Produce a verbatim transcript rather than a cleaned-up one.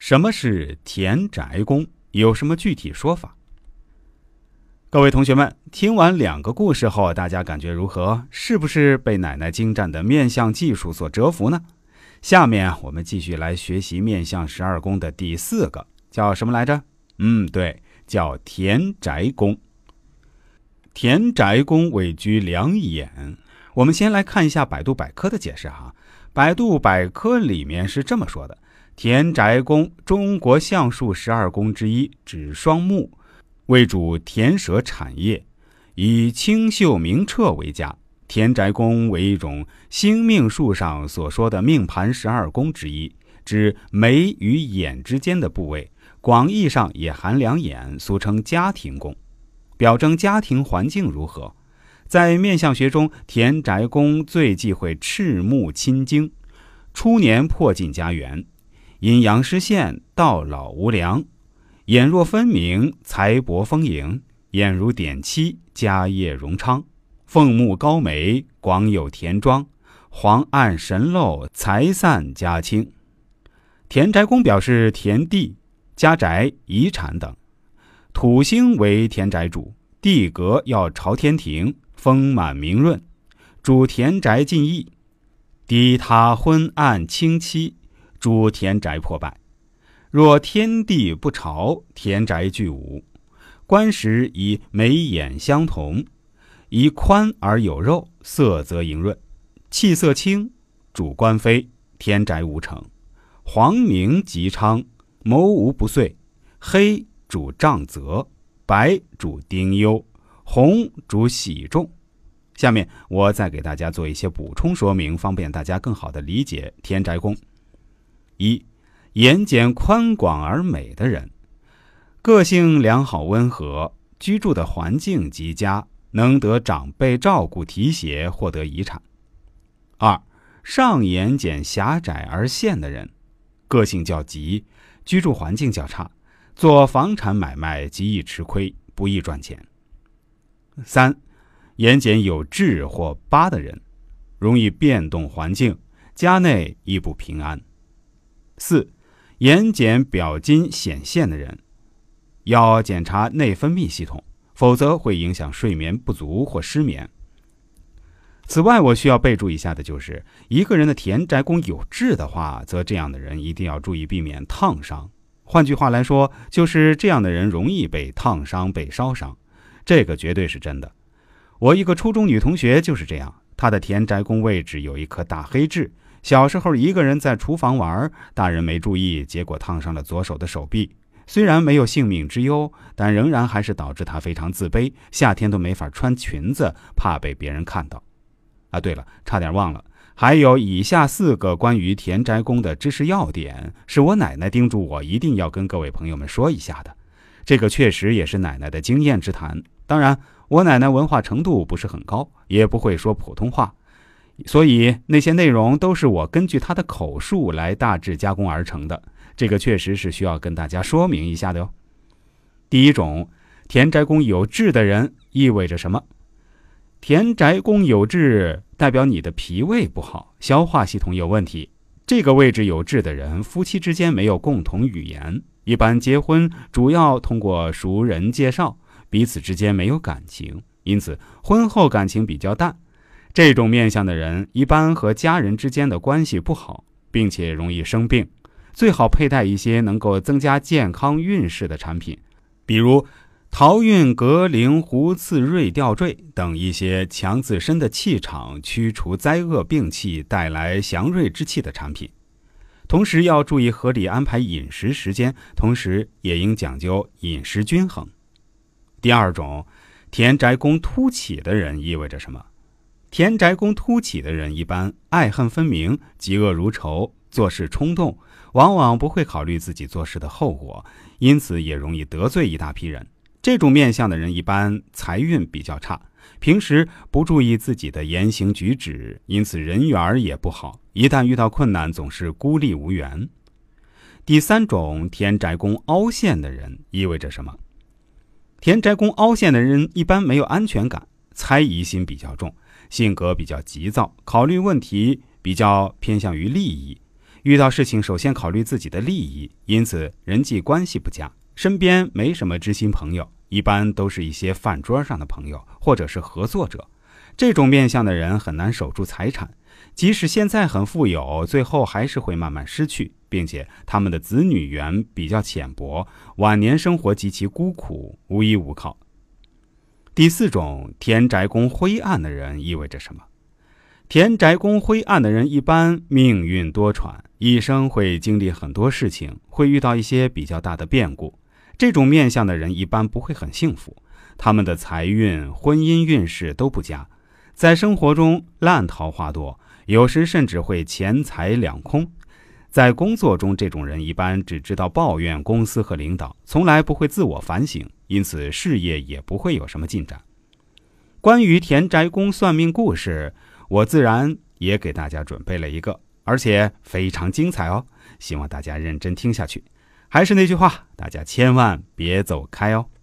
什么是田宅宫？有什么具体说法？各位同学们，听完两个故事后，大家感觉如何？是不是被奶奶精湛的面相技术所折服呢？下面我们继续来学习面相十二宫的第四个，叫什么来着？嗯，对，叫田宅宫。田宅宫位居两眼。我们先来看一下百度百科的解释哈。百度百科里面是这么说的：田宅宫，中国相术十二宫之一，指双目，为主田舍产业，以清秀明澈为佳。田宅宫为一种星命术上所说的命盘十二宫之一，指眉与眼之间的部位，广义上也含两眼，俗称家庭宫，表征家庭环境如何。在面相学中，田宅宫最忌讳赤目侵经，初年破尽家园，阴阳失陷，到老无良，眼若分明，财帛丰盈，眼如点漆，家业荣昌，凤目高眉，广有田庄，黄暗神漏，财散家清。田宅宫表示田地、家宅、遗产等。土星为田宅主，地格要朝天庭，丰满明润，主田宅进益。低塌昏暗清凄，主田宅破败。若天地不朝，田宅俱无。官时以眉眼相同，宜宽而有肉，色泽莹润，气色清，主官非，田宅无成。黄明吉昌，谋无不遂。黑主障泽，白主丁忧，红主喜重。下面我再给大家做一些补充说明，方便大家更好地理解田宅宫。一、眼睑宽广而美的人，个性良好温和，居住的环境极佳，能得长辈照顾提携，获得遗产。二、上眼睑狭窄而陷的人，个性较急，居住环境较差，做房产买卖极易吃亏，不易赚钱。三、眼睑有痣或疤的人，容易变动环境，家内亦不平安。四、眼睑表筋显现的人，要检查内分泌系统，否则会影响睡眠不足或失眠。此外，我需要备注一下的就是，一个人的田宅宫有痣的话，则这样的人一定要注意避免烫伤。换句话来说，就是这样的人容易被烫伤、被烧伤，这个绝对是真的。我一个初中女同学就是这样，她的田宅宫位置有一颗大黑痣，小时候一个人在厨房玩，大人没注意，结果烫伤了左手的手臂。虽然没有性命之忧，但仍然还是导致她非常自卑，夏天都没法穿裙子，怕被别人看到。啊，对了，差点忘了，还有以下四个关于田宅宫的知识要点，是我奶奶叮嘱我一定要跟各位朋友们说一下的。这个确实也是奶奶的经验之谈。当然，我奶奶文化程度不是很高，也不会说普通话，所以那些内容都是我根据她的口述来大致加工而成的。这个确实是需要跟大家说明一下的哟。第一种，田宅宫有痣的人意味着什么？田宅宫有痣代表你的脾胃不好，消化系统有问题。这个位置有痣的人，夫妻之间没有共同语言，一般结婚主要通过熟人介绍，彼此之间没有感情，因此婚后感情比较淡。这种面相的人一般和家人之间的关系不好，并且容易生病，最好佩戴一些能够增加健康运势的产品，比如桃运格铃胡刺瑞吊坠等一些强自身的气场，驱除灾厄病气，带来祥瑞之气的产品。同时要注意合理安排饮食时间，同时也应讲究饮食均衡。第二种，田宅宫凸起的人意味着什么？田宅宫凸起的人一般爱恨分明，嫉恶如仇，做事冲动，往往不会考虑自己做事的后果，因此也容易得罪一大批人。这种面相的人一般财运比较差，平时不注意自己的言行举止，因此人缘也不好，一旦遇到困难总是孤立无援。第三种，田宅宫凹陷的人意味着什么？田宅宫凹陷的人一般没有安全感，猜疑心比较重，性格比较急躁，考虑问题比较偏向于利益， 遇到事情首先考虑自己的利益，因此人际关系不佳，身边没什么知心朋友，一般都是一些饭桌上的朋友或者是合作者。这种面相的人很难守住财产，即使现在很富有，最后还是会慢慢失去，并且他们的子女缘比较浅薄，晚年生活极其孤苦，无依无靠。第四种，田宅宫灰暗的人意味着什么？田宅宫灰暗的人一般命运多舛，一生会经历很多事情，会遇到一些比较大的变故。这种面相的人一般不会很幸福，他们的财运、婚姻运势都不佳，在生活中烂桃花多，有时甚至会钱财两空。在工作中，这种人一般只知道抱怨公司和领导，从来不会自我反省，因此事业也不会有什么进展。关于田宅宫算命故事，我自然也给大家准备了一个，而且非常精彩哦，希望大家认真听下去。还是那句话，大家千万别走开哦。